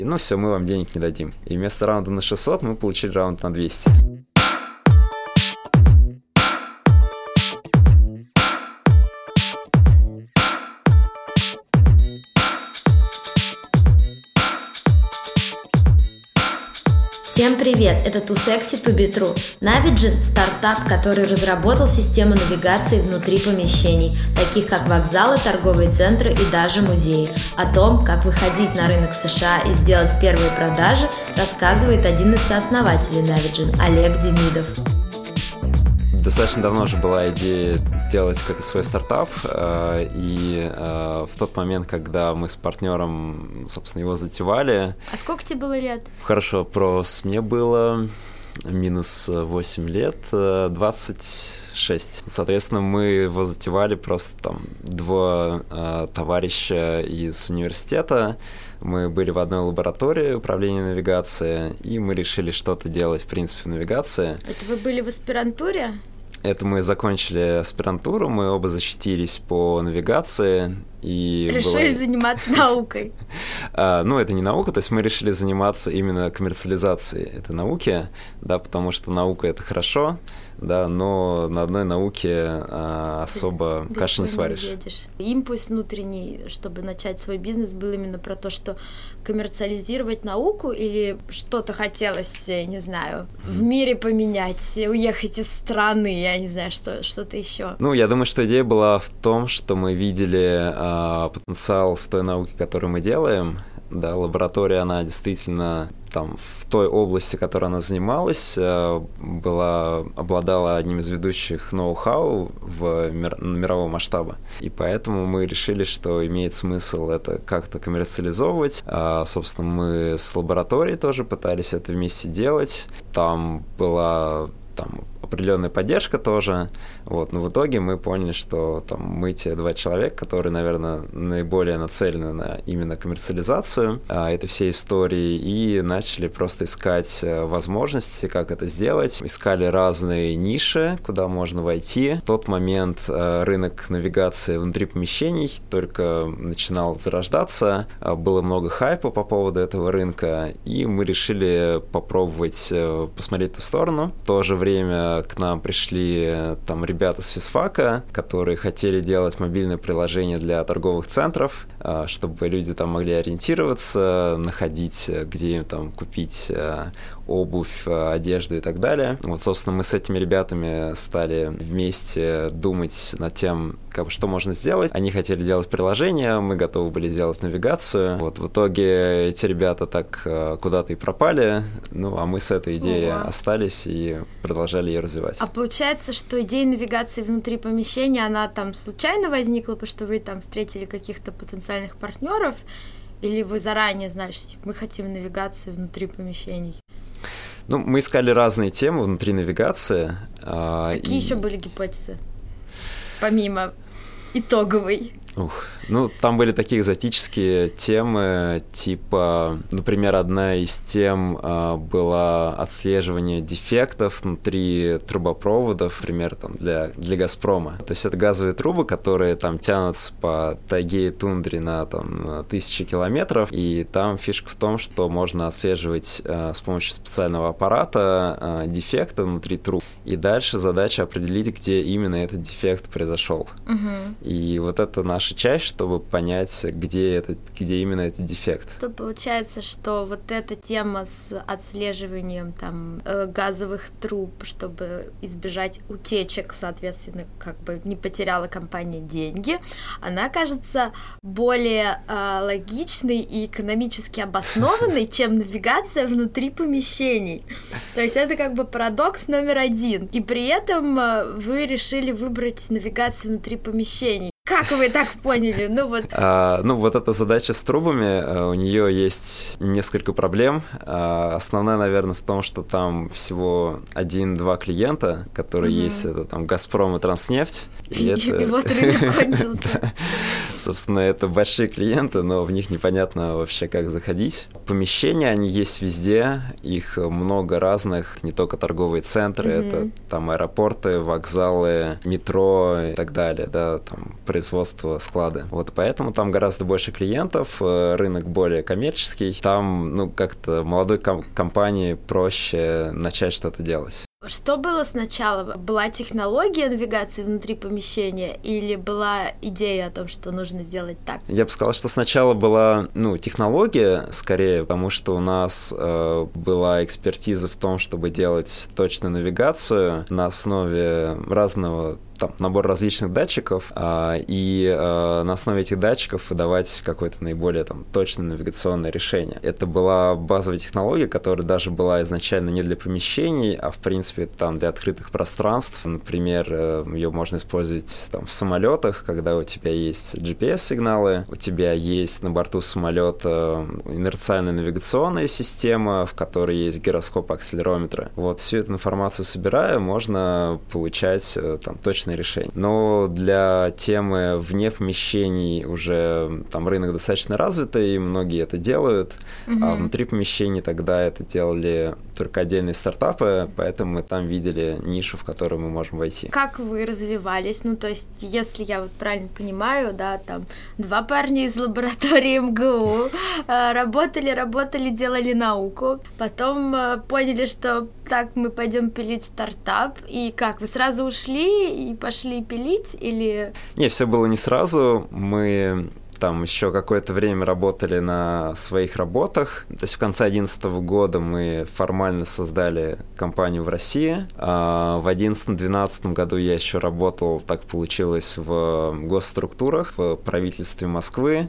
Ну все, мы вам денег не дадим. И вместо раунда на 600 мы получили раунд на 200. Всем привет! Это Too Sexy to be True. Navigen – стартап, который разработал систему навигации внутри помещений, таких как вокзалы, торговые центры и даже музеи. О том, как выходить на рынок США и сделать первые продажи, рассказывает один из сооснователей Navigen – Олег Демидов. Достаточно давно уже была идея делать какой-то свой стартап, и в тот момент, когда мы с партнером, собственно, его затевали... А сколько тебе было лет? Хороший вопрос. Мне было минус 8 лет, 26. Соответственно, мы его затевали просто там два товарища из университета. Мы были в одной лаборатории управления навигацией, и мы решили что-то делать, в принципе, в навигации. Это вы были в аспирантуре? Это мы закончили аспирантуру, мы оба защитились по навигации. И решили заниматься наукой. Ну, это не наука, то есть мы решили заниматься именно коммерциализацией этой науки, да, потому что наука — это хорошо, да, но на одной науке особо каши не сваришь. Импульс внутренний, чтобы начать свой бизнес, был именно про то, что коммерциализировать науку, или что-то хотелось, не знаю, в мире поменять, уехать из страны, я не знаю, что-то еще. Ну, я думаю, что идея была в том, что мы видели потенциал в той науке, которую мы делаем. Да, лаборатория, она действительно там в той области, которой она занималась, обладала одним из ведущих ноу-хау мирового масштаба. И поэтому мы решили, что имеет смысл это как-то коммерциализовывать. Собственно, мы с лабораторией тоже пытались это вместе делать. Там была определенная поддержка тоже, вот, но в итоге мы поняли, что там мы те два человека, которые, наверное, наиболее нацелены на именно коммерциализацию этой всей истории, и начали просто искать возможности, как это сделать. Искали разные ниши, куда можно войти. В тот момент рынок навигации внутри помещений только начинал зарождаться, было много хайпа по поводу этого рынка, и мы решили попробовать посмотреть в ту сторону. В то же время к нам пришли там ребята с физфака, которые хотели делать мобильное приложение для торговых центров, чтобы люди там могли ориентироваться, находить, где им там купить обувь, одежду и так далее. Вот, собственно, мы с этими ребятами стали вместе думать над тем, что можно сделать. Они хотели делать приложение, мы готовы были сделать навигацию. Вот, в итоге эти ребята так куда-то и пропали, ну, а мы с этой идеей остались и продолжали ее развивать. А получается, что идея навигации внутри помещения, она там случайно возникла, потому что вы там встретили каких-то потенциальных партнеров, или вы заранее знали, что мы хотим навигацию внутри помещений? Ну, мы искали разные темы внутри навигации. Какие еще были гипотезы, помимо итоговой? Ну, там были такие экзотические темы, типа, например, одна из тем была отслеживание дефектов внутри трубопроводов, например, там, для «Газпрома». То есть это газовые трубы, которые там тянутся по тайге и тундре на там, тысячи километров, и там фишка в том, что можно отслеживать с помощью специального аппарата дефекты внутри труб, и дальше задача определить, где именно этот дефект произошел. И вот это наша часть, чтобы понять, где именно этот дефект. То получается, что вот эта тема с отслеживанием там газовых труб, чтобы избежать утечек, соответственно, как бы не потеряла компания деньги, она кажется более логичной и экономически обоснованной, чем навигация внутри помещений. То есть это как бы парадокс номер один. И при этом вы решили выбрать навигацию внутри помещений. Как вы так поняли? Вот эта задача с трубами, у нее есть несколько проблем. Основная, наверное, в том, что там всего 1-2 клиента, которые есть, это там «Газпром» и «Транснефть». И вот рынок кончился. Собственно, это большие клиенты, но в них непонятно вообще, как заходить. Помещения, они есть везде, их много разных, не только торговые центры, это там аэропорты, вокзалы, метро и так далее, да, там производство, склады. Вот поэтому там гораздо больше клиентов, рынок более коммерческий. Там, ну, как-то молодой компании проще начать что-то делать. Что было сначала? Была технология навигации внутри помещения или была идея о том, что нужно сделать так? Я бы сказал, что сначала была, технология, скорее, потому что у нас была экспертиза в том, чтобы делать точную навигацию на основе разного набор различных датчиков, и на основе этих датчиков выдавать какое-то наиболее точное навигационное решение. Это была базовая технология, которая даже была изначально не для помещений, а в принципе для открытых пространств. Например, ее можно использовать в самолетах, когда у тебя есть GPS-сигналы, у тебя есть на борту самолета инерциальная навигационная система, в которой есть гироскоп акселерометра. Вот всю эту информацию собирая, можно получать точные решения. Но для темы вне помещений уже рынок достаточно развитый, и многие это делают, а внутри помещений тогда это делали только отдельные стартапы, поэтому мы там видели нишу, в которую мы можем войти. Как вы развивались? То есть, если я правильно понимаю, два парня из лаборатории МГУ работали, делали науку, потом поняли, что так, мы пойдем пилить стартап, и как, вы сразу ушли и пошли пилить, или... Не, все было не сразу, мы еще какое-то время работали на своих работах. То есть в конце 2011 года мы формально создали компанию в России. А в 2011-2012 году я еще работал, так получилось, в госструктурах, в правительстве Москвы.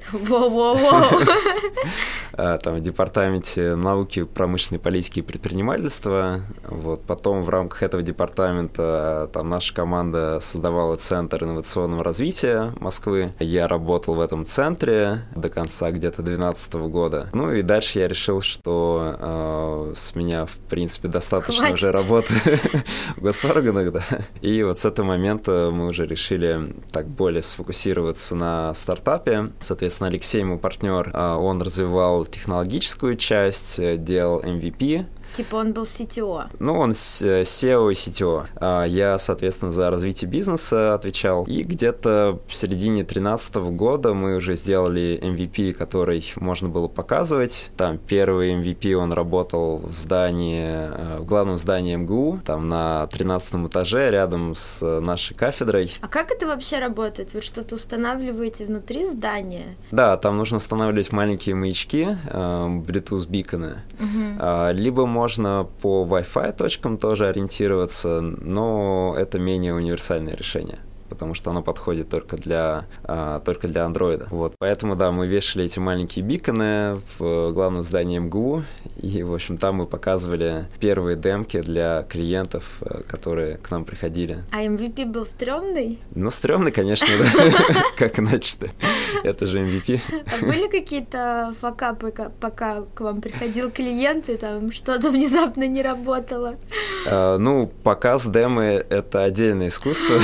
В департаменте науки, промышленной политики и предпринимательства. Вот. Потом в рамках этого департамента наша команда создавала Центр инновационного развития Москвы. Я работал в этом центре до конца где-то 2012 года. И дальше я решил, что с меня, в принципе, достаточно уже работы в госорганах, да. И вот с этого момента мы уже решили более сфокусироваться на стартапе. Соответственно, Алексей, мой партнер, он развивал технологическую часть, делал MVP. Типа он был CTO? Он SEO и CTO. Я, соответственно, за развитие бизнеса отвечал. И где-то в середине 2013 года мы уже сделали MVP, который можно было показывать. Первый MVP, он работал в главном здании МГУ, на 13 этаже, рядом с нашей кафедрой. А как это вообще работает? Вы что-то устанавливаете внутри здания? Да, там нужно устанавливать маленькие маячки, Bluetooth-биконы. Либо можно по Wi-Fi точкам тоже ориентироваться, но это менее универсальное решение, потому что оно подходит только для Android. Вот, поэтому, да, мы вешали эти маленькие биконы в главном здании МГУ, и, в общем, там мы показывали первые демки для клиентов, которые к нам приходили. А MVP был стрёмный? Стрёмный, конечно, да. Как иначе-то? Это же MVP. А были какие-то факапы, пока к вам приходил клиент, и что-то внезапно не работало? Показ демы — это отдельное искусство.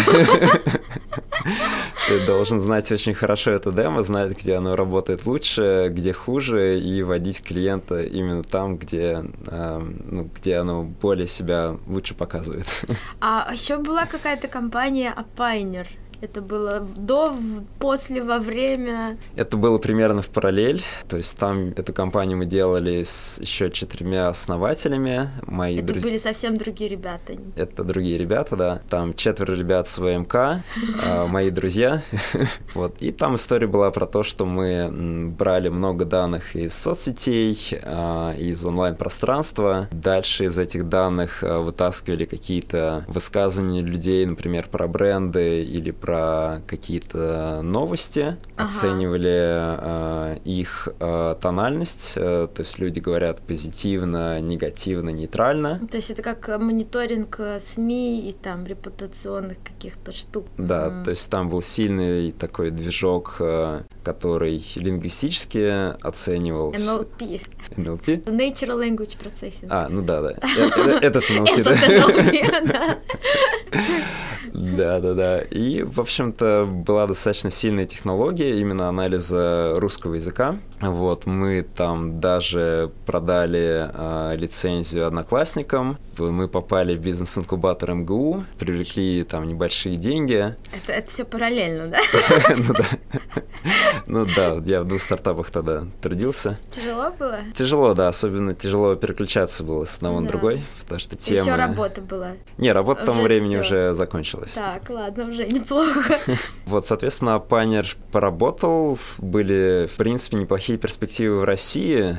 Ты должен знать очень хорошо это демо, знать, где оно работает лучше, где хуже, и водить клиента именно там, где оно более себя лучше показывает. А еще была какая-то компания Apiner. Это было до, после, во время? Это было примерно в параллель. То есть там эту компанию мы делали с еще 4 основателями. Были совсем другие ребята? Это другие ребята, да. Там 4 ребят с ВМК, мои друзья. Вот. И там история была про то, что мы брали много данных из соцсетей, из онлайн-пространства. Дальше из этих данных вытаскивали какие-то высказывания людей, например, про бренды или про какие-то новости, оценивали их тональность, то есть люди говорят позитивно, негативно, нейтрально. То есть это как мониторинг СМИ и репутационных каких-то штук. Да, то есть там был сильный такой движок, который лингвистически оценивал... NLP. NLP? Natural Language Processing. Да. Этот NLP, да. Этот NLP, да. Да. И, в общем-то, была достаточно сильная технология именно анализа русского языка. Вот, мы там даже продали лицензию одноклассникам. Мы попали в бизнес-инкубатор МГУ, привлекли там небольшие деньги. Это все параллельно, да? Ну да, я в 2 стартапах тогда трудился. Тяжело было? Тяжело, да, особенно тяжело переключаться было с одного на другой, потому что тема... Еще работа была? Не, работа к тому времени уже закончилась. Так, ладно, уже неплохо. Вот, соответственно, Pioneer поработал, были, в принципе, неплохие перспективы в России,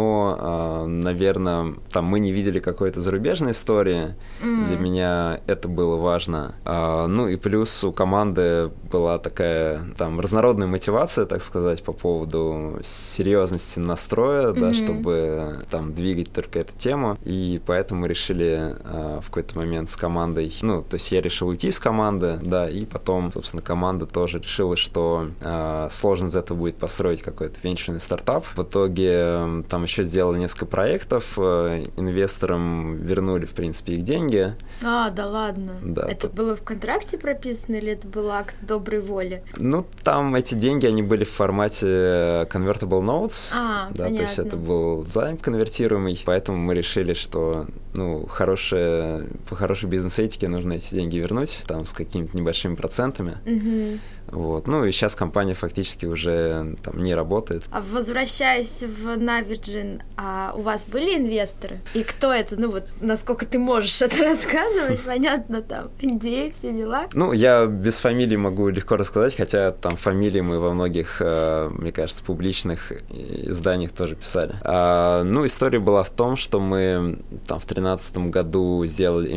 но, наверное, там мы не видели какой-то зарубежной истории. Для меня это было важно. Ну и плюс у команды была такая там разнородная мотивация, так сказать, по поводу серьезности настроя, да, чтобы там двигать только эту тему. И поэтому мы решили в какой-то момент с командой, ну, то есть я решил уйти с команды, да, и потом, собственно, команда тоже решила, что сложно из этого будет построить какой-то венчурный стартап. В итоге там еще сделали несколько проектов, инвесторам вернули, в принципе, их деньги. Да ладно? Да. Это было в контракте прописано или это был акт доброй воли? Ну, там эти деньги, они были в формате convertible notes, да, понятно. то есть это был займ конвертируемый, поэтому мы решили, что, ну, по хорошей бизнес-этике нужно эти деньги вернуть, там, с какими-то небольшими процентами. Вот. Ну и сейчас компания фактически уже там не работает. А возвращаясь в Navigen, у вас были инвесторы? И кто это? Ну вот, насколько ты можешь это рассказывать, понятно, там, NDA, все дела? Ну, я без фамилии могу легко рассказать, хотя там фамилии мы во многих, мне кажется, публичных изданиях тоже писали. Ну, история была в том, что мы там в 2013 году сделали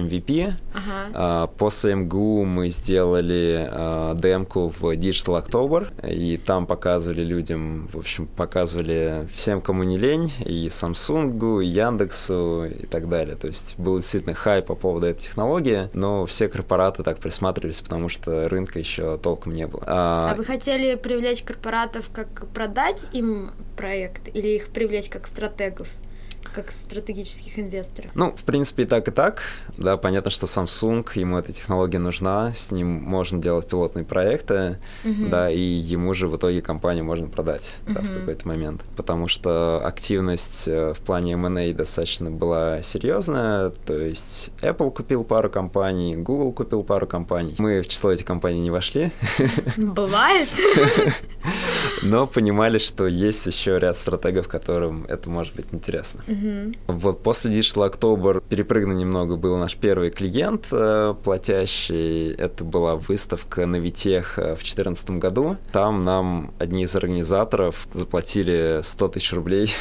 MVP, после МГУ мы сделали демку в Digital October, и там показывали людям, в общем, показывали всем, кому не лень, и Samsung, и Яндексу, и так далее. То есть был действительно хайп по поводу этой технологии, но все корпораты так присматривались, потому что рынка еще толком не было. А вы хотели привлечь корпоратов, как продать им проект, или их привлечь как стратегов? Как стратегических инвесторов? Ну, в принципе, и так. Да, понятно, что Samsung, ему эта технология нужна, с ним можно делать пилотные проекты, да, и ему же в итоге компанию можно продать, да, в какой-то момент. Потому что активность в плане M&A достаточно была серьезная, то есть Apple купил пару компаний, Google купил пару компаний. Мы в число этих компаний не вошли. Бывает. Но понимали, что есть еще ряд стратегов, которым это может быть интересно. Вот после Digital October перепрыгну немного, был наш первый клиент платящий. Это была выставка на Витех в 2014 году. Там нам одни из организаторов заплатили 100 тысяч рублей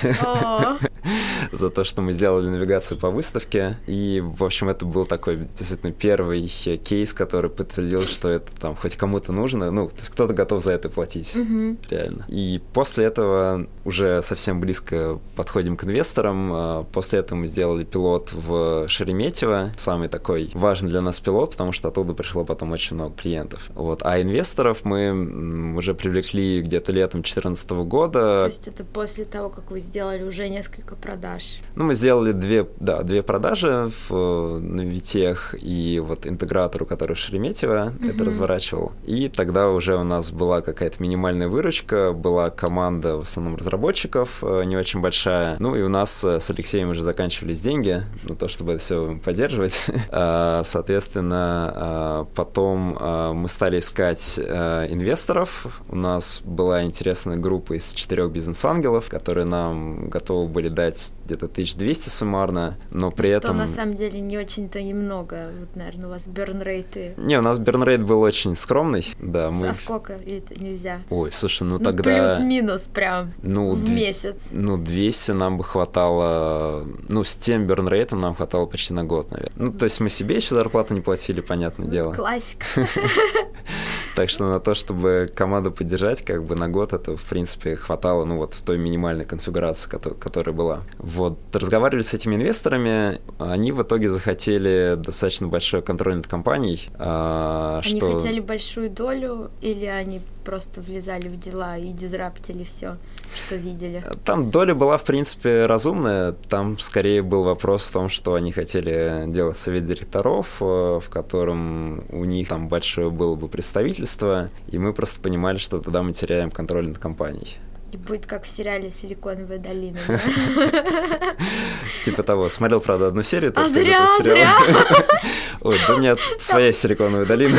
за то, что мы сделали навигацию по выставке. И, в общем, это был такой действительно первый кейс, который подтвердил, что это там хоть кому-то нужно. Ну, то есть кто-то готов за это платить. Реально. И после этого уже совсем близко подходим к инвесторам. После этого мы сделали пилот в Шереметьево. Самый такой важный для нас пилот, потому что оттуда пришло потом очень много клиентов. Вот. А инвесторов мы уже привлекли где-то летом 2014 года. То есть это после того, как вы сделали уже несколько продаж? Ну, мы сделали две продажи на Витех и вот интегратору, который в Шереметьево это разворачивал. И тогда уже у нас была какая-то минимальная выручка, была команда в основном разработчиков, не очень большая. Ну и у нас с Алексеем уже заканчивались деньги на то, чтобы это все поддерживать. Соответственно, потом мы стали искать инвесторов. У нас была интересная группа из 4 бизнес-ангелов, которые нам готовы были дать где-то 1200 суммарно, но при этом... Что на самом деле не очень-то и много. Вот, наверное, у вас берн-рейты... Не, у нас берн-рейт был очень скромный. Да, мы... А сколько? Или это нельзя? Ой, слушай, ну тогда... Плюс-минус прям в месяц. 200 нам бы хватало... Ну, с тем берн-рейтом нам хватало почти на год, наверное. Ну, то есть мы себе еще зарплату не платили, понятное дело. Классика. Так что на то, чтобы команду поддержать, как бы на год это, в принципе, хватало, ну, вот в той минимальной конфигурации, которая была. Вот, разговаривали с этими инвесторами, они в итоге захотели достаточно большой контроль над компанией. Они хотели большую долю или они просто влезали в дела и дизраптили все? что видели? Там доля была, в принципе, разумная. Там скорее был вопрос в том, что они хотели делать совет директоров, в котором у них там большое было бы представительство, и мы просто понимали, что тогда мы теряем контроль над компанией. И будет как в сериале «Силиконовая долина». Типа того. Смотрел, правда, одну серию. А зря! Ой, да у меня своя «Силиконовая долина».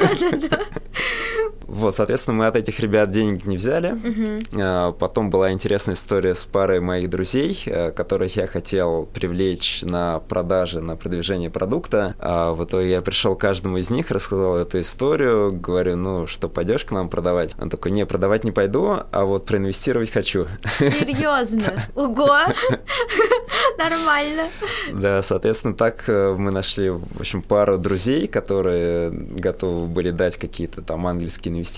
Вот, соответственно, мы от этих ребят денег не взяли. Потом была интересная история с парой моих друзей, которых я хотел привлечь на продажи, на продвижение продукта. В итоге я пришел к каждому из них, рассказал эту историю, говорю, ну, что, пойдешь к нам продавать? Он такой, не, продавать не пойду, а вот проинвестировать хочу. Серьезно? Ого! Нормально. Да, соответственно, так мы нашли, в общем, пару друзей, которые готовы были дать какие-то там ангельские инвестиции.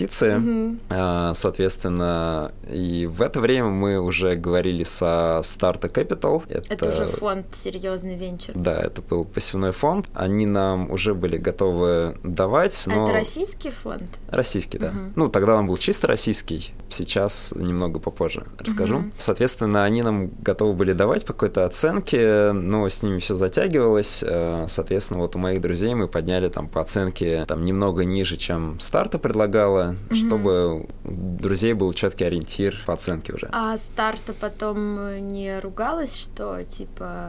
Соответственно, и в это время мы уже говорили со Starta Capital. Это уже фонд, серьезный венчур. Да, это был пассивной фонд. Они нам уже были готовы давать, но... Это российский фонд? Российский, да. Ну, тогда он был чисто российский, сейчас немного попозже расскажу. Соответственно, они нам готовы были давать по какой-то оценке, но с ними все затягивалось. Соответственно, вот у моих друзей мы подняли там по оценке там немного ниже, чем Starta предлагала, чтобы у друзей был четкий ориентир по оценке уже. А Starta потом не ругалась, что типа,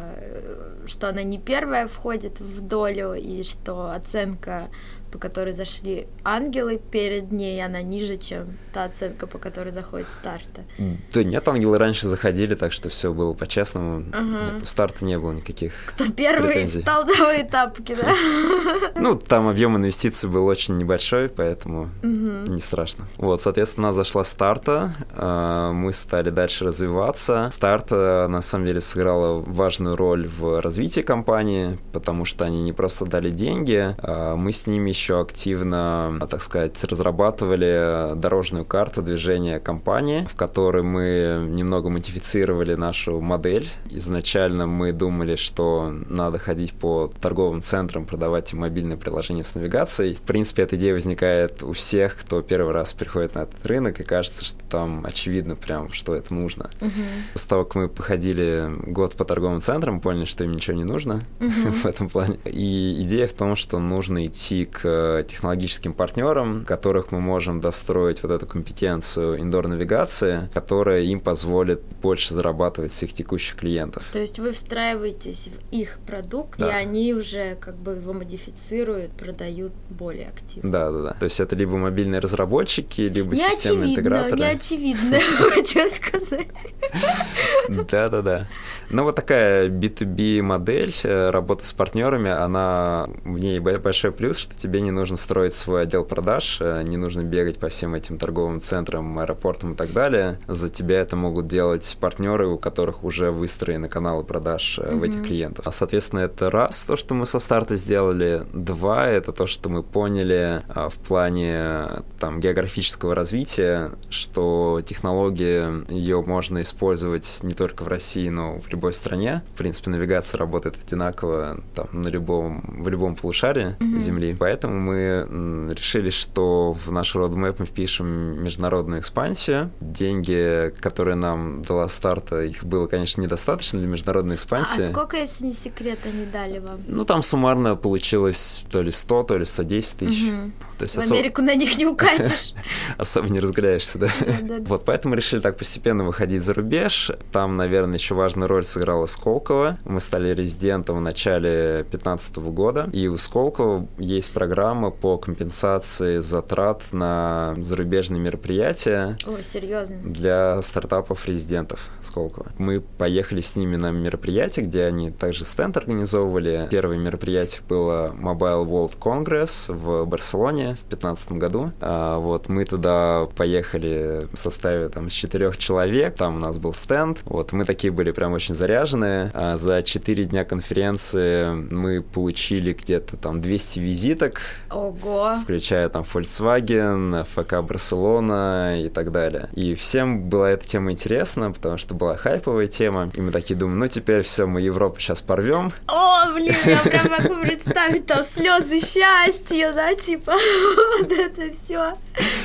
что она не первая входит в долю, и что оценка, по которой зашли ангелы перед ней, она ниже, чем та оценка, по которой заходит Starta? Да нет, ангелы раньше заходили, так что все было по-честному. Нет, у Starta не было никаких Кто первый претензий. встал на тапки, да? Ну, там объем инвестиций был очень небольшой, поэтому не страшно. Вот, соответственно, зашла Starta, мы стали дальше развиваться. Starta, на самом деле, сыграла важную роль в развитии компании, потому что они не просто дали деньги, мы с ними еще активно, так сказать, разрабатывали дорожную карту движения компании, в которой мы немного модифицировали нашу модель. Изначально мы думали, что надо ходить по торговым центрам, продавать им мобильное приложение с навигацией. В принципе, эта идея возникает у всех, кто первый раз приходит на этот рынок, и кажется, что там очевидно прям, что это нужно. После того, как мы походили год по торговым центрам, поняли, что им ничего не нужно в этом плане. И идея в том, что нужно идти к технологическим партнерам, которых мы можем достроить вот эту компетенцию индор-навигации, которая им позволит больше зарабатывать с их текущих клиентов. То есть вы встраиваетесь в их продукт, да. И они уже как бы его модифицируют, продают более активно. Да. То есть это либо мобильные разработчики, либо системные интеграторы. Не очевидно, хочу сказать. Да. Ну, вот такая B2B модель, работа с партнерами, она, в ней большой плюс, что тебе не нужно строить свой отдел продаж, не нужно бегать по всем этим торговым центрам, аэропортам и так далее. За тебя это могут делать партнеры, у которых уже выстроены каналы продаж в этих клиентов. Соответственно, это раз, то, что мы со старта сделали. Два, это то, что мы поняли в плане там, географического развития, что технология, ее можно использовать не только в России, но в любой стране. В принципе, навигация работает одинаково там, в любом полушарии Земли. Поэтому мы решили, что в наш roadmap мы впишем международную экспансию. Деньги, которые нам дала Starta, их было, конечно, недостаточно для международной экспансии. А сколько, если не секрет, они дали вам? Ну, там суммарно получилось то ли 100, то ли 110 тысяч. То есть в Америку на них не укатишь. Особо не разгуляешься, да? Вот, поэтому решили так постепенно выходить за рубеж. Там, наверное, еще важную роль сыграла Сколково. Мы стали резидентом в начале 2015 года. И у Сколково есть программа по компенсации затрат на зарубежные мероприятия. О, серьезно? Для стартапов-резидентов Сколково. Мы поехали с ними на мероприятие, где они также стенд организовывали. Первое мероприятие было Mobile World Congress в Барселоне в 2015 году. Вот, мы туда поехали в составе там, из 4 человек. Там у нас был стенд. Вот, мы такие были прям очень заряженные. За 4 дня конференции мы получили где-то там 200 визиток. Ого! Включая там Volkswagen, ФК Барселона и так далее. И всем была эта тема интересна, потому что была хайповая тема. И мы такие думаем, ну теперь все, мы Европу сейчас порвем. О, блин, я прям могу представить там слезы счастья, да, типа, вот это все.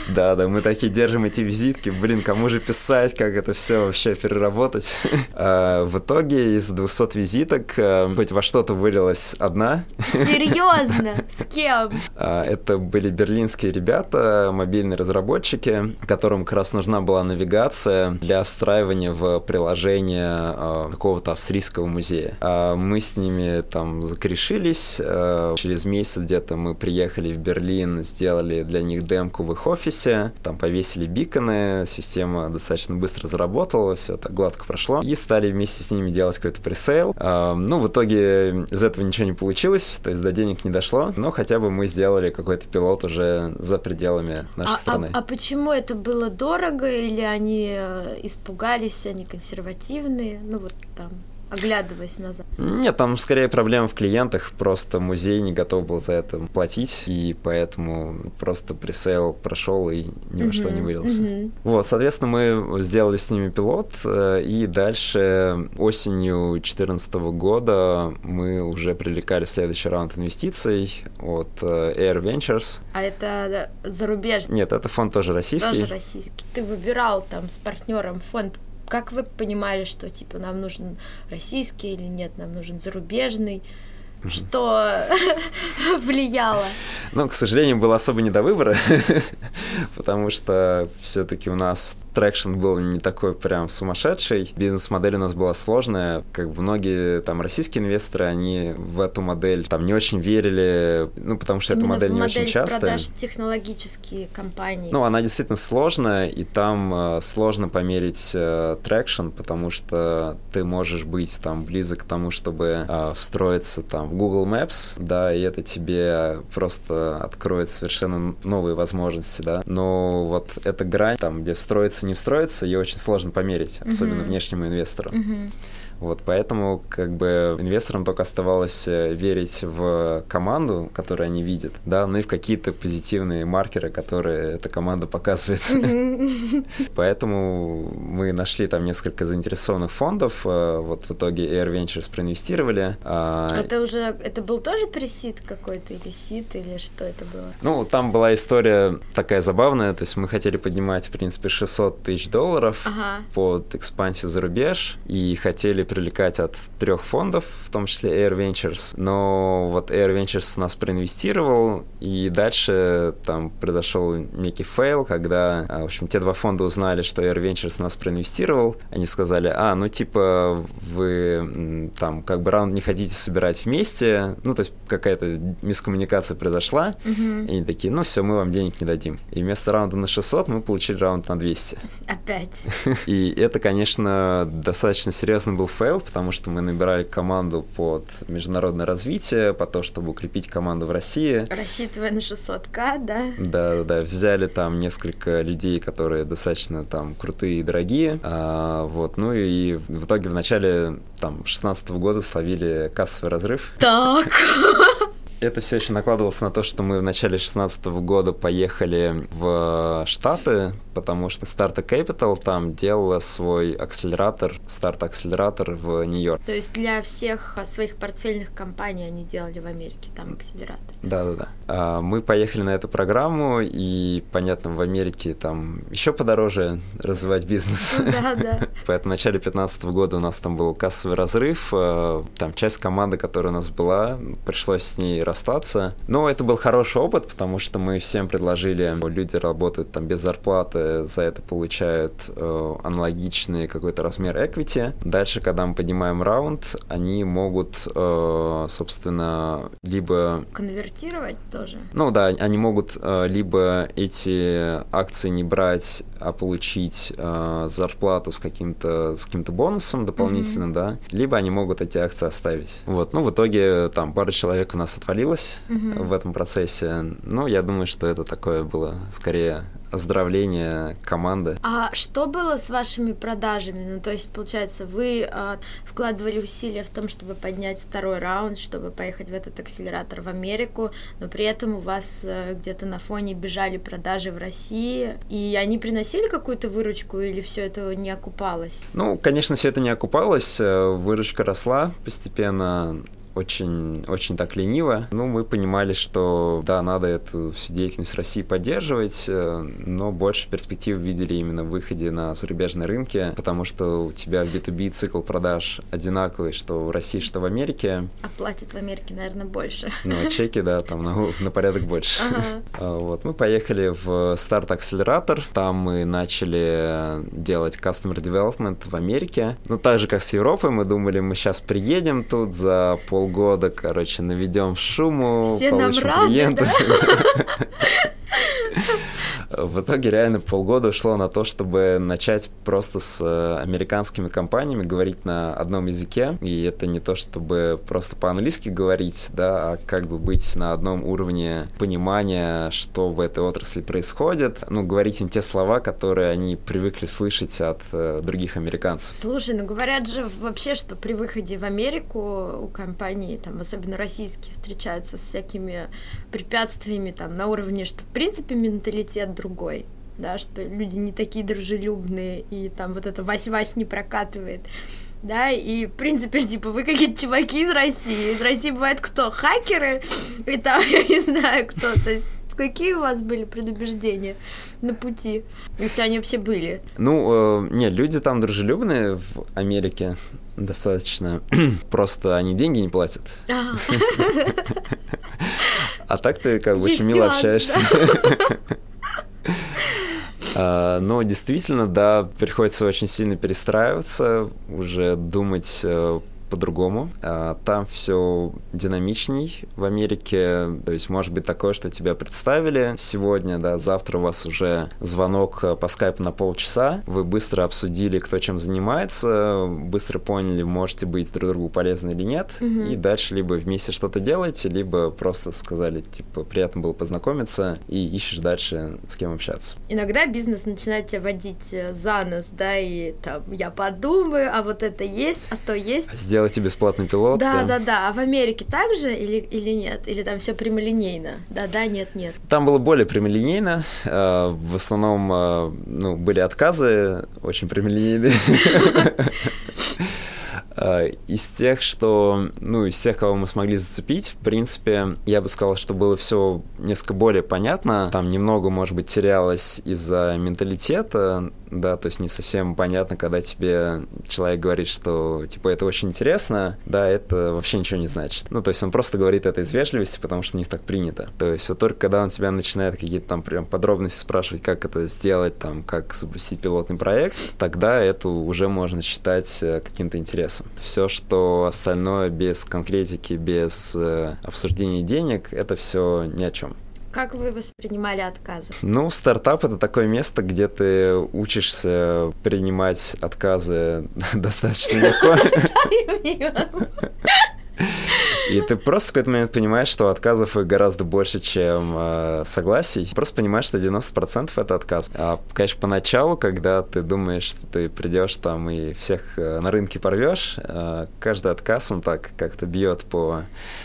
Да, мы такие держим эти визитки, кому же писать, как это все вообще переработать. В итоге из 200 визиток хоть во что-то вылилась одна. Серьезно? С кем? Это были берлинские ребята, мобильные разработчики, которым как раз нужна была навигация для встраивания в приложение какого-то австрийского музея. Мы с ними там закорешились. Через месяц где-то мы приехали в Берлин, сделали для них демку в их офисе, там повесили биконы, система достаточно быстро заработала, все так гладко прошло, и стали вместе с ними делать какой-то пресейл. В итоге из этого ничего не получилось, то есть до денег не дошло, но хотя бы мы сделали какой-то пилот уже за пределами нашей страны. А почему это было дорого, или они испугались, они консервативные, оглядываясь назад? Нет, там скорее проблема в клиентах, просто музей не готов был за это платить, и поэтому просто пресейл прошел и ни во что не вылился. Соответственно, мы сделали с ними пилот, и дальше осенью 2014 года мы уже привлекали следующий раунд инвестиций от Air Ventures. А это зарубежный? Нет, это фонд тоже российский. Тоже российский. Ты выбирал там с партнером фонд. Как вы понимали, что нам нужен российский или нет, нам нужен зарубежный? Что влияло? К сожалению, было особо не до выбора, потому что все-таки у нас трекшн был не такой прям сумасшедший. Бизнес-модель у нас была сложная. Многие там российские инвесторы, они в эту модель там не очень верили, потому что эта модель не очень частая. Продаж технологические компании. Она действительно сложная, и там сложно померить трекшн, потому что ты можешь быть там близок к тому, чтобы встроиться там в Google Maps, да, и это тебе просто откроет совершенно новые возможности, да. Но эта грань, там, где встроиться, не встроиться, ее очень сложно померить, особенно внешнему инвестору. Поэтому инвесторам только оставалось верить в команду, которую они видят, да, и в какие-то позитивные маркеры, которые эта команда показывает. Поэтому мы нашли там несколько заинтересованных фондов, в итоге Air Ventures проинвестировали. Это был тоже пресид какой-то, или сид, или что это было? Там была история такая забавная, то есть мы хотели поднимать, в принципе, $600 тысяч под экспансию за рубеж, и хотели привлекать от 3 фондов, в том числе Air Ventures, но Air Ventures нас проинвестировал, и дальше там произошел некий фейл, когда, в общем, те 2 фонда узнали, что Air Ventures нас проинвестировал, они сказали, вы там раунд не хотите собирать вместе, то есть какая-то мискоммуникация произошла, и они такие, все, мы вам денег не дадим. И вместо раунда на 600 мы получили раунд на 200. Опять. И это, конечно, достаточно серьезный был фейл, потому что мы набирали команду под международное развитие, по то, чтобы укрепить команду в России. Рассчитывая на 600К, да? Да. Взяли там несколько людей, которые достаточно там крутые и дорогие. И в итоге в начале 2016 года словили кассовый разрыв. Так. Это все еще накладывалось на то, что мы в начале 2016 года поехали в Штаты, потому что Startup Capital там делала свой старт-акселератор в Нью-Йорк. То есть для всех своих портфельных компаний они делали в Америке там акселератор. Да. Мы поехали на эту программу, и, понятно, в Америке там еще подороже развивать бизнес. Да. Поэтому в начале 2015 года у нас там был кассовый разрыв, там часть команды, которая у нас была, пришлось с ней расстаться. Но это был хороший опыт, потому что мы всем предложили, люди работают там без зарплаты, за это получают аналогичный какой-то размер equity. Дальше, когда мы поднимаем раунд, они могут, собственно, либо... Конвертировать тоже? Они могут либо эти акции не брать, а получить зарплату с каким-то бонусом дополнительным, да, либо они могут эти акции оставить. В итоге там пара человек у нас отвалилось в этом процессе. Я думаю, что это такое было скорее оздоровление команды. А что было с вашими продажами? То есть, получается, вы вкладывали усилия в том, чтобы поднять 2-й раунд, чтобы поехать в этот акселератор в Америку, но при этом у вас где-то на фоне бежали продажи в России, и они приносили какую-то выручку, или все это не окупалось? Конечно, все это не окупалось, выручка росла постепенно. очень, очень так лениво. Ну, мы понимали, что, да, надо эту всю деятельность в России поддерживать, но больше перспектив видели именно в выходе на зарубежные рынки, потому что у тебя в B2B цикл продаж одинаковый, что в России, что в Америке. А платят в Америке, наверное, больше. Ну, чеки, да, там на порядок больше. Вот, мы поехали в старт-акселератор, там мы начали делать customer development в Америке. Ну, так же, как с Европой, мы думали, мы сейчас приедем тут за полгода, короче, наведем шуму, все получим нам рады, клиентов. Да? В итоге реально полгода ушло на то, чтобы начать просто с американскими компаниями говорить на одном языке. И это не то, чтобы просто по-английски говорить, да, а как бы быть на одном уровне понимания, что в этой отрасли происходит. Ну, говорить им те слова, которые они привыкли слышать от других американцев. Слушай, ну говорят же вообще, что при выходе в Америку у компаний, там, особенно российские, встречаются с всякими препятствиями там на уровне, что в принципе менталитет другой, да, что люди не такие дружелюбные, и там вот это Вась-Вась не прокатывает, да, и в принципе, типа, вы какие-то чуваки из России. Из России бывает кто? Хакеры? И там, я не знаю, кто. То есть какие у вас были предубеждения на пути, если они вообще были? Ну, нет, люди там дружелюбные в Америке достаточно. Просто они деньги не платят. А так ты как бы очень мило общаешься. Но действительно, да, приходится очень сильно перестраиваться, уже думать по-другому. Там все динамичней в Америке. То есть может быть такое, что тебя представили сегодня, да, завтра у вас уже звонок по скайпу на полчаса. Вы быстро обсудили, кто чем занимается, быстро поняли, можете быть друг другу полезны или нет. И дальше либо вместе что-то делаете, либо просто сказали, типа, приятно было познакомиться, и ищешь дальше, с кем общаться. Иногда бизнес начинает тебя водить за нос, да, и там, я подумаю, а вот это есть, а то есть. Сделайте бесплатный пилот. Да. А в Америке так же или нет? Или там все прямолинейно? Да, нет. Там было более прямолинейно. В основном, ну, были отказы очень прямолинейные. Из тех, кого мы смогли зацепить, в принципе, я бы сказал, что было все несколько более понятно. Там немного, может быть, терялось из-за менталитета, да, то есть не совсем понятно, когда тебе человек говорит, что, типа, это очень интересно, да, это вообще ничего не значит. Ну, то есть он просто говорит это из вежливости, потому что у них так принято. То есть вот только когда он тебя начинает какие-то там прям подробности спрашивать, как это сделать, там, как запустить пилотный проект, тогда это уже можно считать каким-то интересом. Все, что остальное без конкретики, без обсуждения денег, это все ни о чем. Как вы воспринимали отказы? Ну, стартап — это такое место, где ты учишься принимать отказы достаточно легко. И ты просто в какой-то момент понимаешь, что отказов гораздо больше, чем согласий. Просто понимаешь, что 90% это отказ. А, конечно, поначалу, когда ты думаешь, что ты придешь там и всех на рынке порвешь, каждый отказ, он так как-то бьет по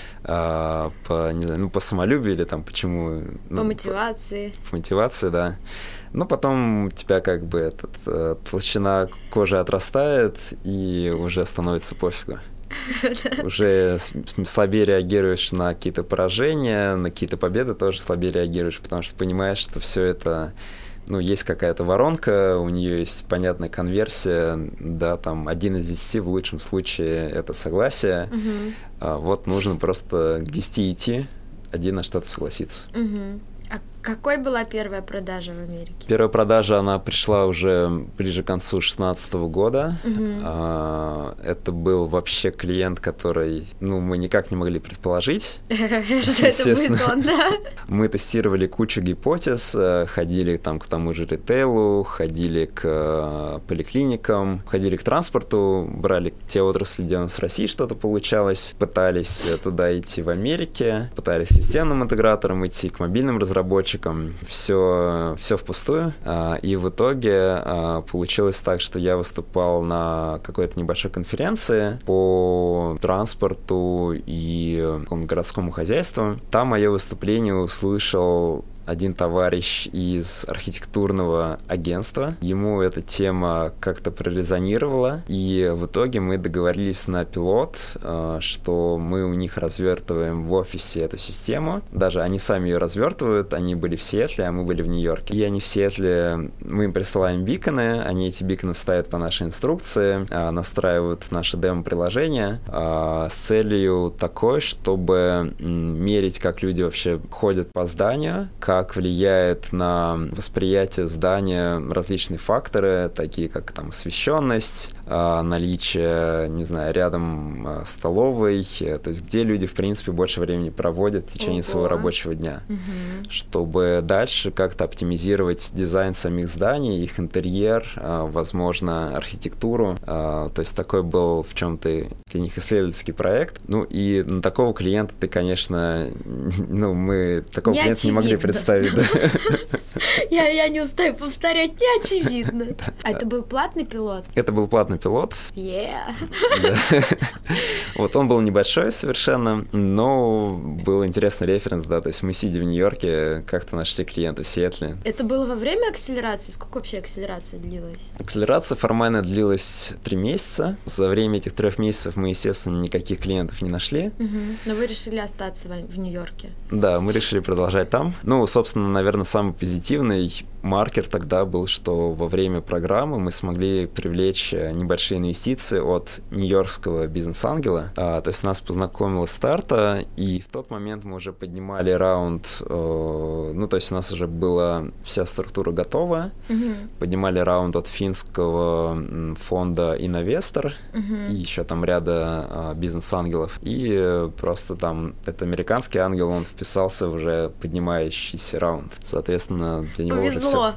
самолюбию или там почему... По мотивации. По мотивации, да. Но потом у тебя как бы толщина кожи отрастает, и уже становится пофигу. Уже слабее реагируешь на какие-то поражения, на какие-то победы тоже слабее реагируешь, потому что понимаешь, что все это... Ну, есть какая-то воронка, у нее есть понятная конверсия, да, там 1 из 10 в лучшем случае это согласие. Вот нужно просто к 10 идти, 1 на что-то согласиться. А какой была первая продажа в Америке? Первая продажа, она пришла уже ближе к концу 2016 года. Это был вообще клиент, который, мы никак не могли предположить. Что это будет он, да? Мы тестировали кучу гипотез, ходили там к тому же ритейлу, ходили к поликлиникам, ходили к транспорту, брали те отрасли, где у нас в России что-то получалось, пытались туда идти в Америке, пытались к системным интеграторам идти, к мобильным разработчикам. Все впустую. И в итоге получилось так, что я выступал на какой-то небольшой конференции по транспорту и городскому хозяйству. Там мое выступление услышал один товарищ из архитектурного агентства. Ему эта тема как-то прорезонировала, и в итоге мы договорились на пилот, что мы у них развертываем в офисе эту систему. Даже они сами ее развертывают, они были в Сиэтле, а мы были в Нью-Йорке. И они в Сиэтле, мы им присылаем биконы, они эти биконы ставят по нашей инструкции, настраивают наше демо-приложение с целью такой, чтобы мерить, как люди вообще ходят по зданию, как влияет на восприятие здания различные факторы, такие как там освещенность, наличие, не знаю, рядом столовой, то есть где люди, в принципе, больше времени проводят в течение своего рабочего дня, чтобы дальше как-то оптимизировать дизайн самих зданий, их интерьер, возможно, архитектуру. То есть такой был в чем-то для них исследовательский проект. Ну и на такого клиента ты, конечно, мы такого клиента не могли представить. Я не устаю повторять, не очевидно. А это был платный пилот? Это был платный пилот. Вот он был небольшой совершенно, но был интересный референс, да, то есть мы, сидя в Нью-Йорке, как-то нашли клиента в Сиэтле. Это было во время акселерации? Сколько вообще акселерация длилась? Акселерация формально длилась 3 месяца. За время этих 3 месяцев мы, естественно, никаких клиентов не нашли. Но вы решили остаться в Нью-Йорке? Да, мы решили продолжать там. Ну, собственно, наверное, самый позитивный маркер тогда был, что во время программы мы смогли привлечь небольшие инвестиции от нью-йоркского бизнес-ангела. То есть нас познакомила старта, и в тот момент мы уже поднимали раунд, то есть у нас уже была вся структура готова, поднимали раунд от финского фонда Инновестор и еще там ряда бизнес-ангелов, и просто там этот американский ангел, он вписался в уже поднимающийся раунд. Соответственно, для него повезло. уже все.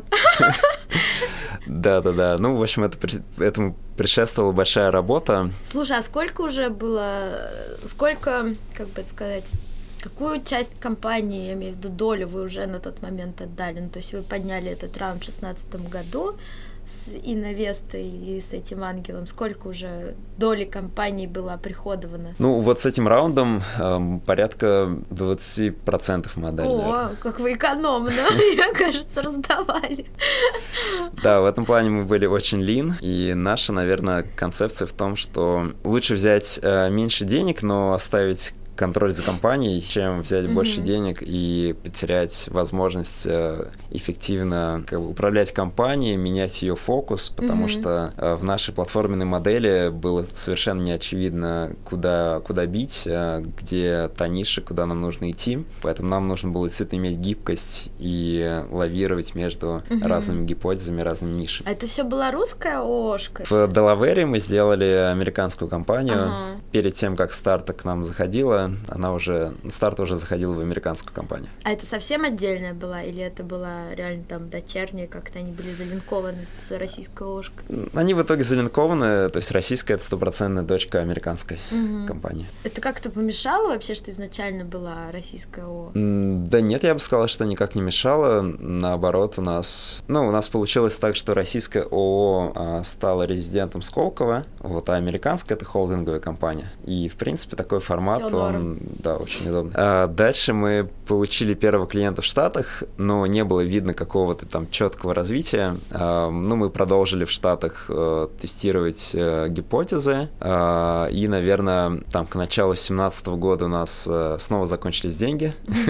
Да. Ну, в общем, этому предшествовала большая работа. Слушай, а сколько уже было, как бы сказать, какую часть компании, я имею в виду долю, вы уже на тот момент отдали? Ну, то есть вы подняли этот раунд в 2016 году с Инновестой и с этим ангелом. Сколько уже доли компании было оприходовано? Ну, вот с этим раундом порядка 20% мы отдали. О, наверное. как вы экономно, я, кажется, раздавали. Да, в этом плане мы были очень lean, и наша, наверное, концепция в том, что лучше взять меньше денег, но оставить контроль за компанией, чем взять больше денег и потерять возможность эффективно управлять компанией, менять ее фокус, потому что в нашей платформенной модели было совершенно не очевидно, куда бить, где та ниша, куда нам нужно идти. Поэтому нам нужно было действительно иметь гибкость и лавировать между разными гипотезами, разными нишами. А это все была русская ООшка? В Делавере мы сделали американскую компанию. Перед тем, как Старта к нам заходила, Старта уже заходила в американскую компанию. А это совсем отдельная была? Или это была реально там дочерняя, как-то они были залинкованы с российской ООшкой? Они в итоге залинкованы, то есть российская — это 100% дочка американской компании. Это как-то помешало вообще, что изначально была российская ООО? Да нет, я бы сказала, что никак не мешало. Наоборот, у нас получилось так, что российская ООО стала резидентом Сколково, а американская — это холдинговая компания. И, в принципе, такой формат, он, да, очень удобный. Дальше мы получили первого клиента в Штатах, но не было видно какого-то там четкого развития. Мы продолжили в Штатах тестировать гипотезы, и, наверное, там к началу 2017 года у нас снова закончились деньги,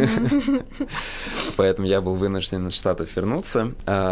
поэтому я был вынужден из Штатов вернуться.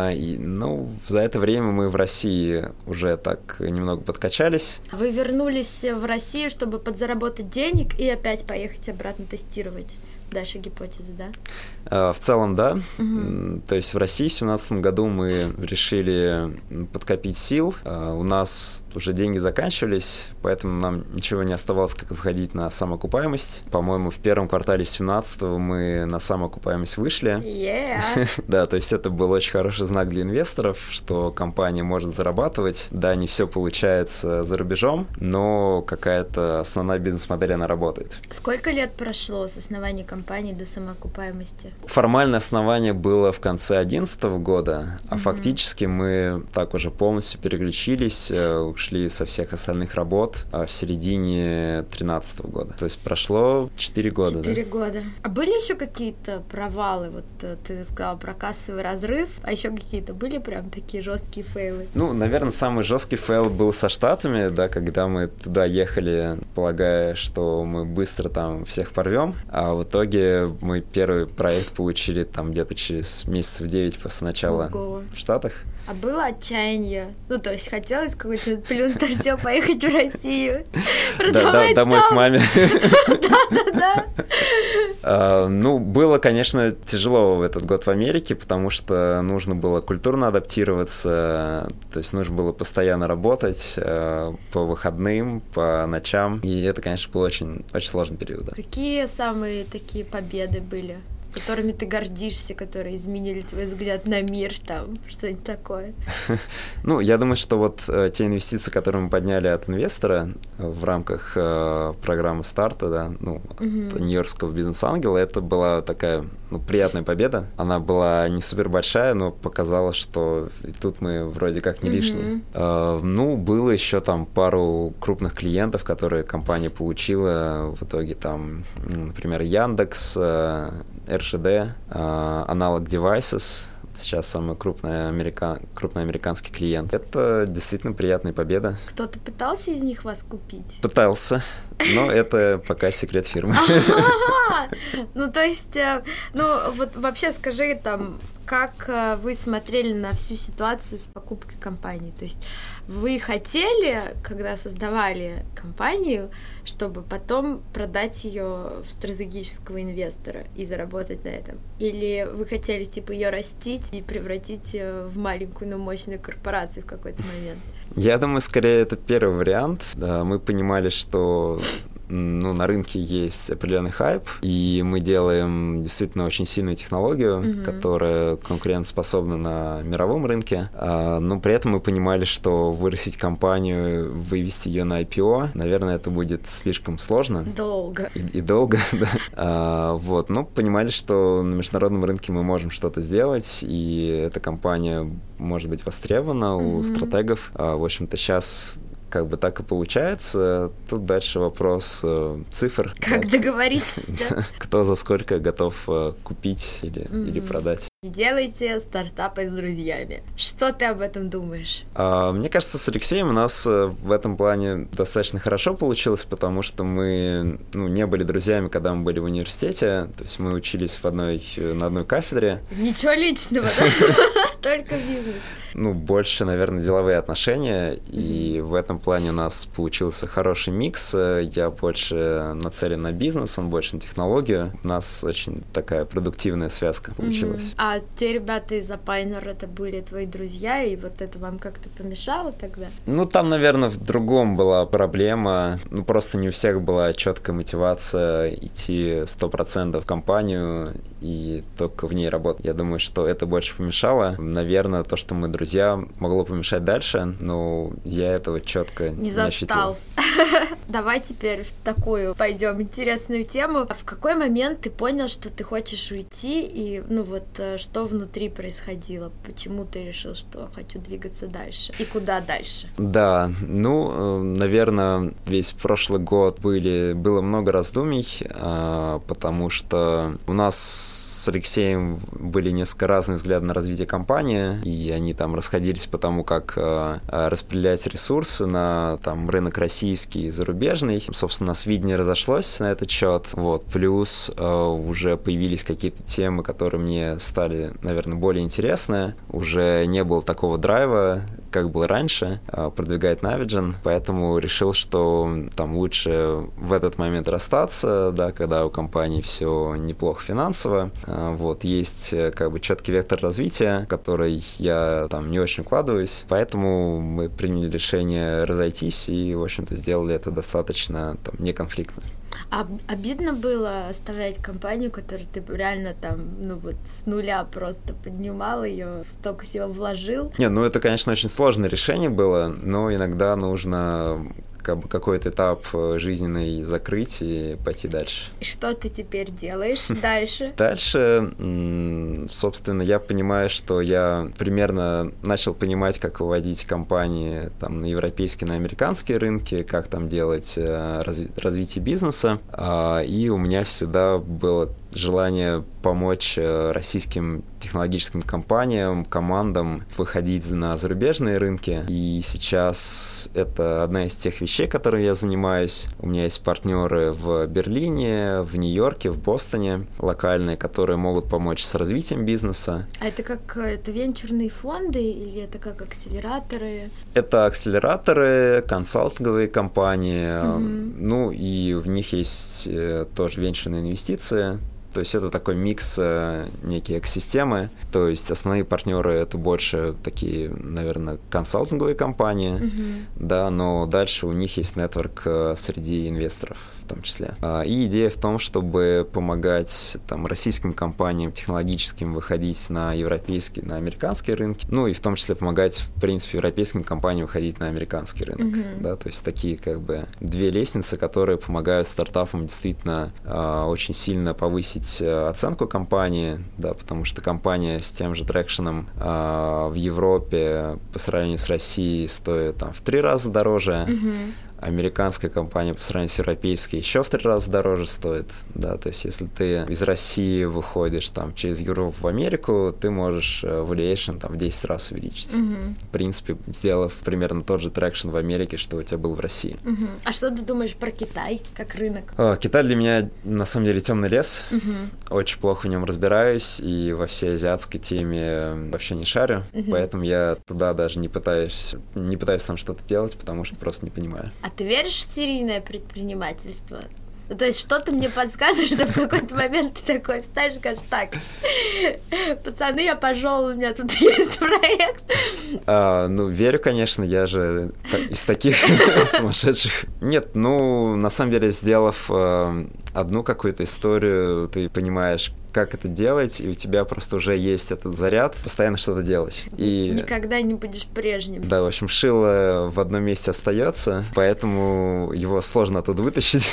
За это время мы в России уже так немного подкачались. Вы вернулись в Россию, чтобы подзаработать денег и опять поехать обратно тестировать дальше гипотезы, да? В целом, да. То есть в России в 2017 году мы решили подкопить сил. У нас уже деньги заканчивались, поэтому нам ничего не оставалось, как выходить на самоокупаемость. По-моему, в первом квартале 2017 мы на самоокупаемость вышли. Да, то есть это был очень хороший знак для инвесторов, что компания может зарабатывать. Да, не все получается за рубежом, но какая-то основная бизнес-модель, она работает. Сколько лет прошло с основания компании до самоокупаемости? Формальное основание было в конце 2011 года, а фактически мы так уже полностью переключились, ушли со всех остальных работ в середине 2013 года. То есть прошло 4 года. 4 года. А были еще какие-то провалы? Вот ты сказала про кассовый разрыв, а еще какие-то были прям такие жесткие фейлы? Ну, наверное, самый жесткий фейл был со Штатами, да, когда мы туда ехали, полагая, что мы быстро там всех порвем, а в итоге мы первый проект получили там где-то через месяцев 9 после начала в Штатах. А было отчаяние? Ну, то есть хотелось какой-то плюнуть на все, поехать в Россию, продавать домой к маме. Да. Ну, было, конечно, тяжело в этот год в Америке, потому что нужно было культурно адаптироваться, то есть нужно было постоянно работать по выходным, по ночам, и это, конечно, был очень, очень сложный период. Да. Какие самые такие победы были, которыми ты гордишься, которые изменили твой взгляд на мир, там, что-нибудь такое? Ну, я думаю, что вот те инвестиции, которые мы подняли от инвестора в рамках программы старта, да, ну, от Нью-Йоркского бизнес-ангела, это была такая, ну, приятная победа. Она была не супер большая, но показала, что и тут мы вроде как не лишние. Ну, было еще там пару крупных клиентов, которые компания получила. В итоге там, например, Яндекс, РЖД, аналог Devices, сейчас самый крупный американский клиент. Это действительно приятная победа. Кто-то пытался из них вас купить? Пытался, но это пока секрет фирмы. Ну, то есть, ну, вот вообще скажи там, как вы смотрели на всю ситуацию с покупкой компании? То есть вы хотели, когда создавали компанию, чтобы потом продать ее в стратегического инвестора и заработать на этом? Или вы хотели, типа, ее растить и превратить в маленькую, но мощную корпорацию в какой-то момент? Я думаю, скорее, это первый вариант. Да, мы понимали, что ну, на рынке есть определенный хайп, и мы делаем действительно очень сильную технологию, которая конкурентоспособна на мировом рынке, но при этом мы понимали, что вырастить компанию, вывести ее на IPO, наверное, это будет слишком сложно. Долго. И долго, да. Вот, но понимали, что на международном рынке мы можем что-то сделать, и эта компания может быть востребована у стратегов. В общем-то, сейчас как бы так и получается. Тут дальше вопрос цифр. Как договориться, да? Кто за сколько готов купить или продать. Делайте стартапы с друзьями. Что ты об этом думаешь? Мне кажется, с Алексеем у нас в этом плане достаточно хорошо получилось, потому что мы не были друзьями, когда мы были в университете. То есть мы учились на одной кафедре. Ничего личного, да? Только бизнес. Больше, наверное, деловые отношения, и в этом плане у нас получился хороший микс. Я больше нацелен на бизнес, он больше на технологию. У нас очень такая продуктивная связка получилась. А те ребята из Apiner, это были твои друзья, и вот это вам как-то помешало тогда? Там, наверное, в другом была проблема. Просто не у всех была четкая мотивация идти 100% в компанию и только в ней работать. Я думаю, что это больше помешало. Наверное, то, что мы друзья, могло помешать дальше, но я этого четко не ощутил. Давай теперь в такую пойдем интересную тему. В какой момент ты понял, что ты хочешь уйти, и что внутри происходило? Почему ты решил, что хочу двигаться дальше? И куда дальше? Да, наверное, весь прошлый год было много раздумий, потому что у нас с Алексеем были несколько разных взглядов на развитие компании, и они там расходились по тому, как распределять ресурсы на рынок российский и зарубежный. Собственно, у нас видение разошлось на этот счет. Плюс уже появились какие-то темы, которые мне стали, наверное, более интересны. Уже не было такого драйва, как было раньше, продвигать Navigen, поэтому решил, что лучше в этот момент расстаться, да, когда у компании все неплохо финансово. Есть четкий вектор развития, в который я не очень вкладываюсь, поэтому мы приняли решение разойтись и, в общем-то, сделали это достаточно неконфликтно. А обидно было оставлять компанию, которую ты реально с нуля просто поднимал ее, столько всего вложил? Это, конечно, очень сложное решение было, но иногда нужно как бы какой-то этап жизненный закрыть и пойти дальше. И что ты теперь делаешь дальше? Дальше, собственно, я понимаю, что я примерно начал понимать, как выводить компании там, на европейские, на американские рынки, как там делать развитие бизнеса. И у меня всегда было желание помочь российским технологическим компаниям, командам выходить на зарубежные рынки. И сейчас это одна из тех вещей, которыми я занимаюсь. У меня есть партнеры в Берлине, в Нью-Йорке, в Бостоне, локальные, которые могут помочь с развитием бизнеса. А это венчурные фонды или это как акселераторы? Это акселераторы, консалтинговые компании, ну и в них есть тоже венчурные инвестиции. То есть это такой микс некие экосистемы. То есть основные партнеры это больше такие, наверное, консалтинговые компании, да, но дальше у них есть нетворк среди инвесторов в том числе. И идея в том, чтобы помогать там российским компаниям технологическим выходить на европейские, на американские рынки, ну и в том числе помогать, в принципе, европейским компаниям выходить на американский рынок, да, то есть такие как бы две лестницы, которые помогают стартапам действительно очень сильно повысить оценку компании, да, потому что компания с тем же трекшеном в Европе по сравнению с Россией стоит там в 3 раза дороже. Американская компания по сравнению с европейской еще в 3 раза дороже стоит, да, то есть если ты из России выходишь там через Европу в Америку, ты можешь valuation там в 10 раз увеличить. В принципе, сделав примерно тот же трекшн в Америке, что у тебя был в России. А что ты думаешь про Китай как рынок? Китай для меня на самом деле темный лес. Очень плохо в нем разбираюсь и во всей азиатской теме вообще не шарю, поэтому я туда даже не пытаюсь там что-то делать, потому что просто не понимаю. А ты веришь в серийное предпринимательство? Ну, то есть что ты мне подсказываешь, что в какой-то момент ты такой встанешь и скажешь: так, пацаны, я пошел, у меня тут есть проект. Ну, верю, конечно, я же из таких сумасшедших. Нет, ну, на самом деле, сделав одну какую-то историю, ты понимаешь, как это делать, и у тебя просто уже есть этот заряд постоянно что-то делать. И никогда не будешь прежним. Да, в общем, шило в одном месте остается, поэтому его сложно оттуда вытащить.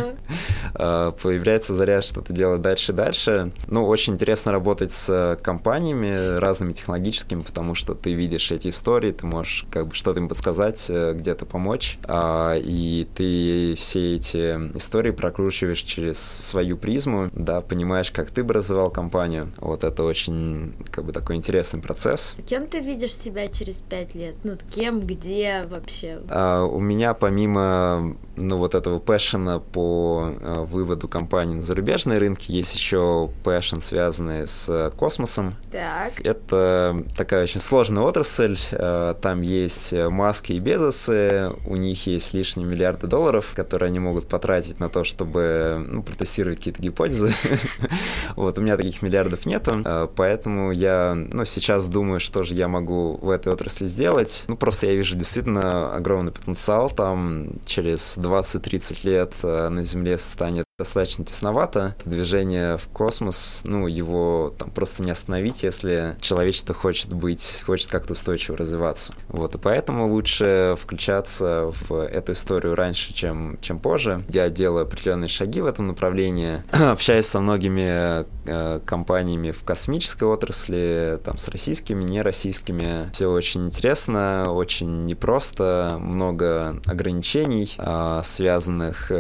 Появляется заряд что-то делать дальше и дальше. Ну, очень интересно работать с компаниями разными технологическими, потому что ты видишь эти истории, ты можешь как бы что-то им подсказать, где-то помочь, и ты все эти истории прокручиваешь через свою призму, да, понимаешь, как ты бы развивал компанию. Вот это очень, как бы, такой интересный процесс. Кем ты видишь себя через 5 лет? Ну, кем, где вообще? У меня помимо, ну, вот этого пэшена по выводу компании на зарубежные рынки, есть еще пэшен, связанный с космосом. Так. Это такая очень сложная отрасль. Там есть Маски и Безосы, у них есть лишние миллиарды долларов, которые они могут потратить на то, чтобы, ну, протестировать какие-то гипотезы. Вот, у меня таких миллиардов нету, поэтому я, ну, сейчас думаю, что же я могу в этой отрасли сделать. Ну, просто я вижу действительно огромный потенциал. Там через 20-30 лет на Земле станет достаточно тесновато. Это движение в космос, ну, его там просто не остановить, если человечество хочет как-то устойчиво развиваться. Вот, и поэтому лучше включаться в эту историю раньше, чем позже. Я делаю определенные шаги в этом направлении, общаюсь со многими компаниями в космической отрасли, там, с российскими, нероссийскими. Все очень интересно, очень непросто, много ограничений, связанных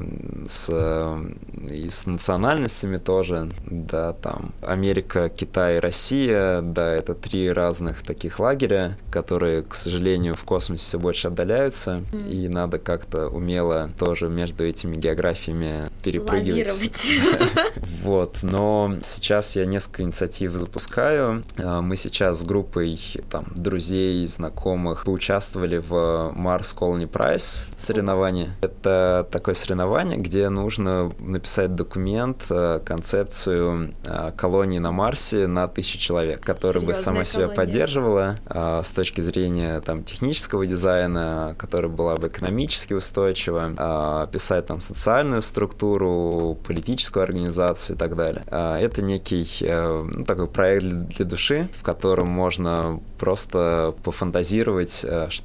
и с национальностями тоже, да, там Америка, Китай, Россия, да, это 3 разных таких лагеря, которые, к сожалению, в космосе все больше отдаляются, и надо как-то умело тоже между этими географиями перепрыгивать. Лавировать. Вот, но сейчас я несколько инициатив запускаю. Мы сейчас с группой там друзей, знакомых поучаствовали в Mars Colony Prize соревнования. Это такое соревнование, где нужно нужно написать документ, концепцию колонии на Марсе на 1000 человек, которая бы сама себя поддерживала с точки зрения там, технического дизайна, которая была бы экономически устойчива, писать там социальную структуру, политическую организацию и так далее. Это некий такой проект для души, в котором можно просто пофантазировать,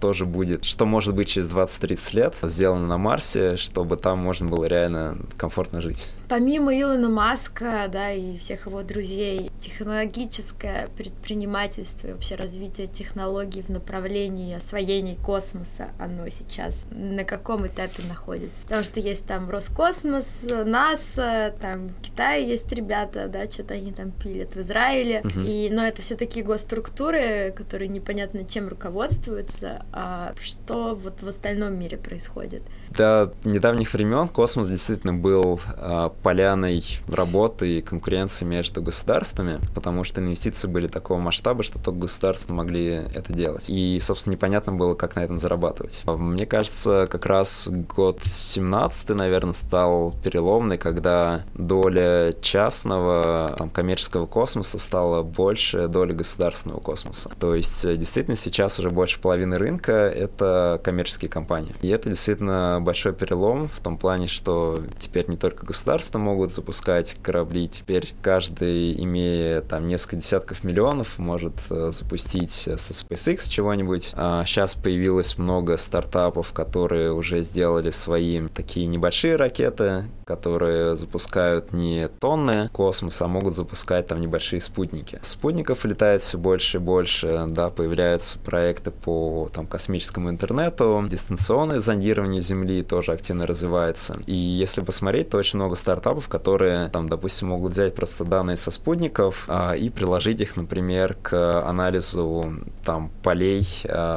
что может быть через 20-30 лет сделано на Марсе, чтобы там можно было реально комфортно жить. Помимо Илона Маска, да, и всех его друзей, технологическое предпринимательство и вообще развитие технологий в направлении освоения космоса, оно сейчас на каком этапе находится? Потому что есть там Роскосмос, НАСА, там в Китае есть ребята, да, что-то они там пилят в Израиле, но это все такие госструктуры, которые непонятно чем руководствуются, а что вот в остальном мире происходит? До недавних времен космос действительно был поляной работы и конкуренции между государствами, потому что инвестиции были такого масштаба, что только государства могли это делать. И, собственно, непонятно было, как на этом зарабатывать. Мне кажется, как раз год 17-й, наверное, стал переломный, когда доля частного коммерческого космоса стала больше доли государственного космоса. То есть, действительно, сейчас уже больше половины рынка — это коммерческие компании. И это действительно большой перелом в том плане, что теперь не только государства могут запускать корабли, теперь каждый, имея там несколько десятков миллионов, может запустить со SpaceX чего-нибудь. Сейчас появилось много стартапов, которые уже сделали свои такие небольшие ракеты, которые запускают не тонны космоса, а могут запускать там небольшие спутники. Спутников летает все больше и больше, да, появляются проекты по там космическому интернету, дистанционное зондирование Земли тоже активно развивается. И если посмотреть, то очень много стартапов, которые там, допустим, могут взять просто данные со спутников и приложить их, например, к анализу там полей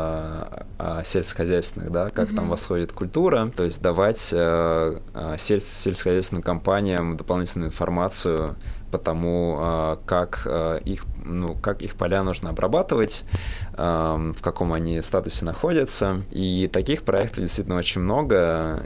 сельскохозяйственных, да, как там восходит культура, то есть давать сельскохозяйственным компаниям дополнительную информацию по тому, как их поля нужно обрабатывать, в каком они статусе находятся. И таких проектов действительно очень много.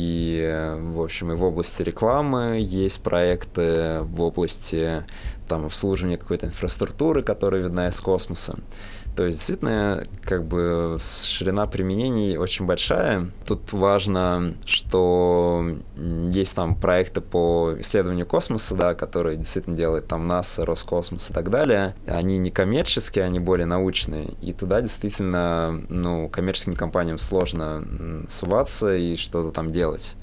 И, в общем, и в области рекламы есть проекты, в области там, обслуживания какой-то инфраструктуры, которая видна из космоса. То есть, действительно, как бы ширина применений очень большая. Тут важно, что есть там проекты по исследованию космоса, да, которые действительно делает там НАСА, Роскосмос и так далее. Они не коммерческие, они более научные. И туда действительно, коммерческим компаниям сложно суваться и что-то там делать.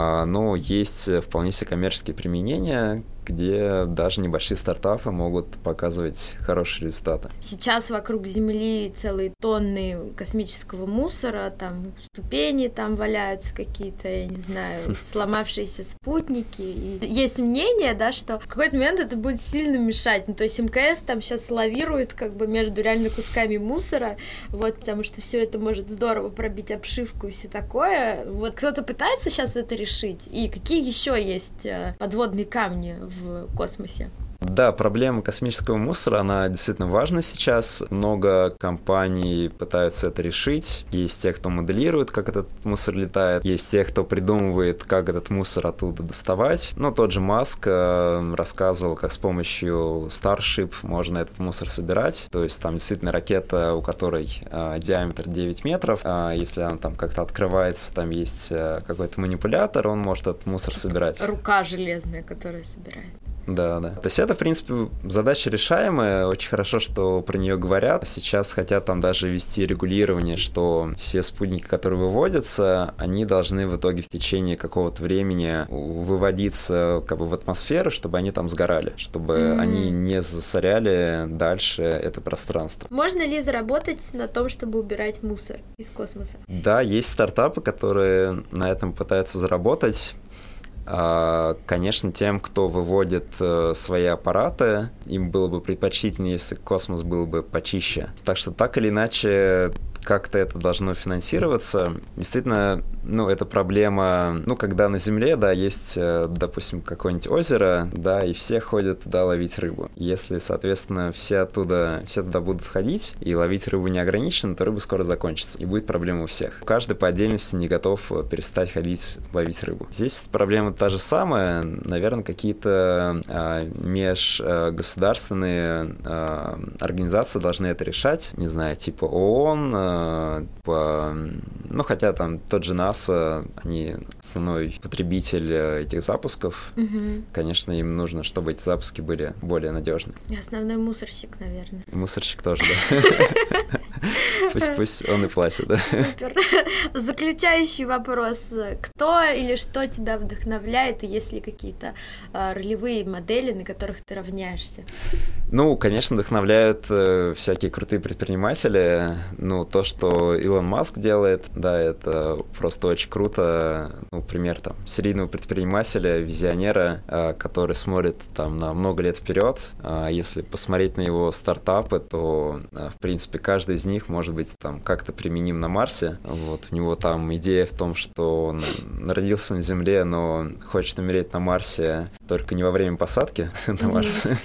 Но есть вполне себе коммерческие применения, где даже небольшие стартапы могут показывать хорошие результаты. Сейчас вокруг Земли целые тонны космического мусора, там ступени там валяются какие-то, я не знаю, сломавшиеся спутники. И есть мнение, да, что в какой-то момент это будет сильно мешать. То есть МКС там сейчас лавирует как бы между реально кусками мусора, вот, потому что все это может здорово пробить обшивку и все такое. Вот кто-то пытается сейчас это решить? И какие еще есть подводные камни в космосе? Да, проблема космического мусора, она действительно важна сейчас. Много компаний пытаются это решить. Есть те, кто моделирует, как этот мусор летает. Есть те, кто придумывает, как этот мусор оттуда доставать. Тот же Маск рассказывал, как с помощью Starship можно этот мусор собирать. То есть там действительно ракета, у которой диаметр 9 метров. Если она там как-то открывается, там есть какой-то манипулятор, он может этот мусор собирать. Рука железная, которая собирает. Да. То есть это, в принципе, задача решаемая. Очень хорошо, что про нее говорят. Сейчас хотят там даже ввести регулирование, что все спутники, которые выводятся, они должны в итоге в течение какого-то времени выводиться как бы в атмосферу, чтобы они там сгорали, чтобы они не засоряли дальше это пространство. Можно ли заработать на том, чтобы убирать мусор из космоса? Да, есть стартапы, которые на этом пытаются заработать. Конечно, тем, кто выводит свои аппараты, им было бы предпочтительнее, если космос был бы почище. Так что так или иначе как-то это должно финансироваться. Действительно, Ну, это проблема, ну, когда на Земле, да, есть, допустим, какое-нибудь озеро, да, и все ходят туда ловить рыбу. Если, соответственно, все туда будут ходить и ловить рыбу неограниченно, то рыба скоро закончится, и будет проблема у всех. Каждый по отдельности не готов перестать ходить ловить рыбу. Здесь проблема та же самая, наверное, какие-то межгосударственные организации должны это решать, не знаю, типа ООН, ну, хотя там тот же НАСА, они основной потребитель этих запусков. Конечно, им нужно, чтобы эти запуски были более надежны. И основной мусорщик, наверное. Мусорщик тоже, да. Пусть он и платит, да. Супер. Заключающий вопрос. Кто или что тебя вдохновляет, и есть ли какие-то ролевые модели, на которых ты равняешься? Ну, конечно, вдохновляют всякие крутые предприниматели. Ну, то, что Илон Маск делает, да, это просто очень круто. Ну, пример там серийного предпринимателя, визионера, который смотрит там на много лет вперед. Если посмотреть на его стартапы, то, в принципе, каждый из них может быть там как-то применим на Марсе. Вот, у него там идея в том, что он родился на Земле, но хочет умереть на Марсе, только не во время посадки на Марсе.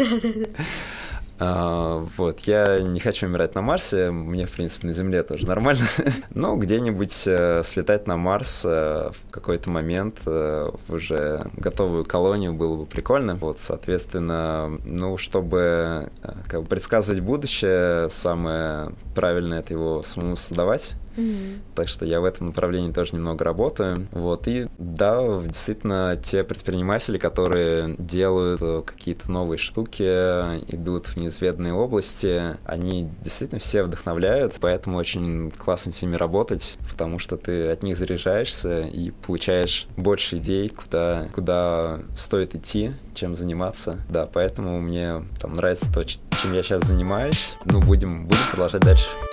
Вот, я не хочу умирать на Марсе, мне, в принципе, на Земле тоже нормально, но где-нибудь слетать на Марс в какой-то момент в уже готовую колонию было бы прикольно. Вот, соответственно, ну, чтобы как бы предсказывать будущее, самое правильное — это его самому создавать. Так что я в этом направлении тоже немного работаю. Вот, и да, действительно, те предприниматели, которые делают какие-то новые штуки, идут в неизведанные области, они действительно все вдохновляют, поэтому очень классно с ними работать, потому что ты от них заряжаешься и получаешь больше идей, куда стоит идти, чем заниматься. Да, поэтому мне там нравится то, чем я сейчас занимаюсь. Ну, будем продолжать дальше.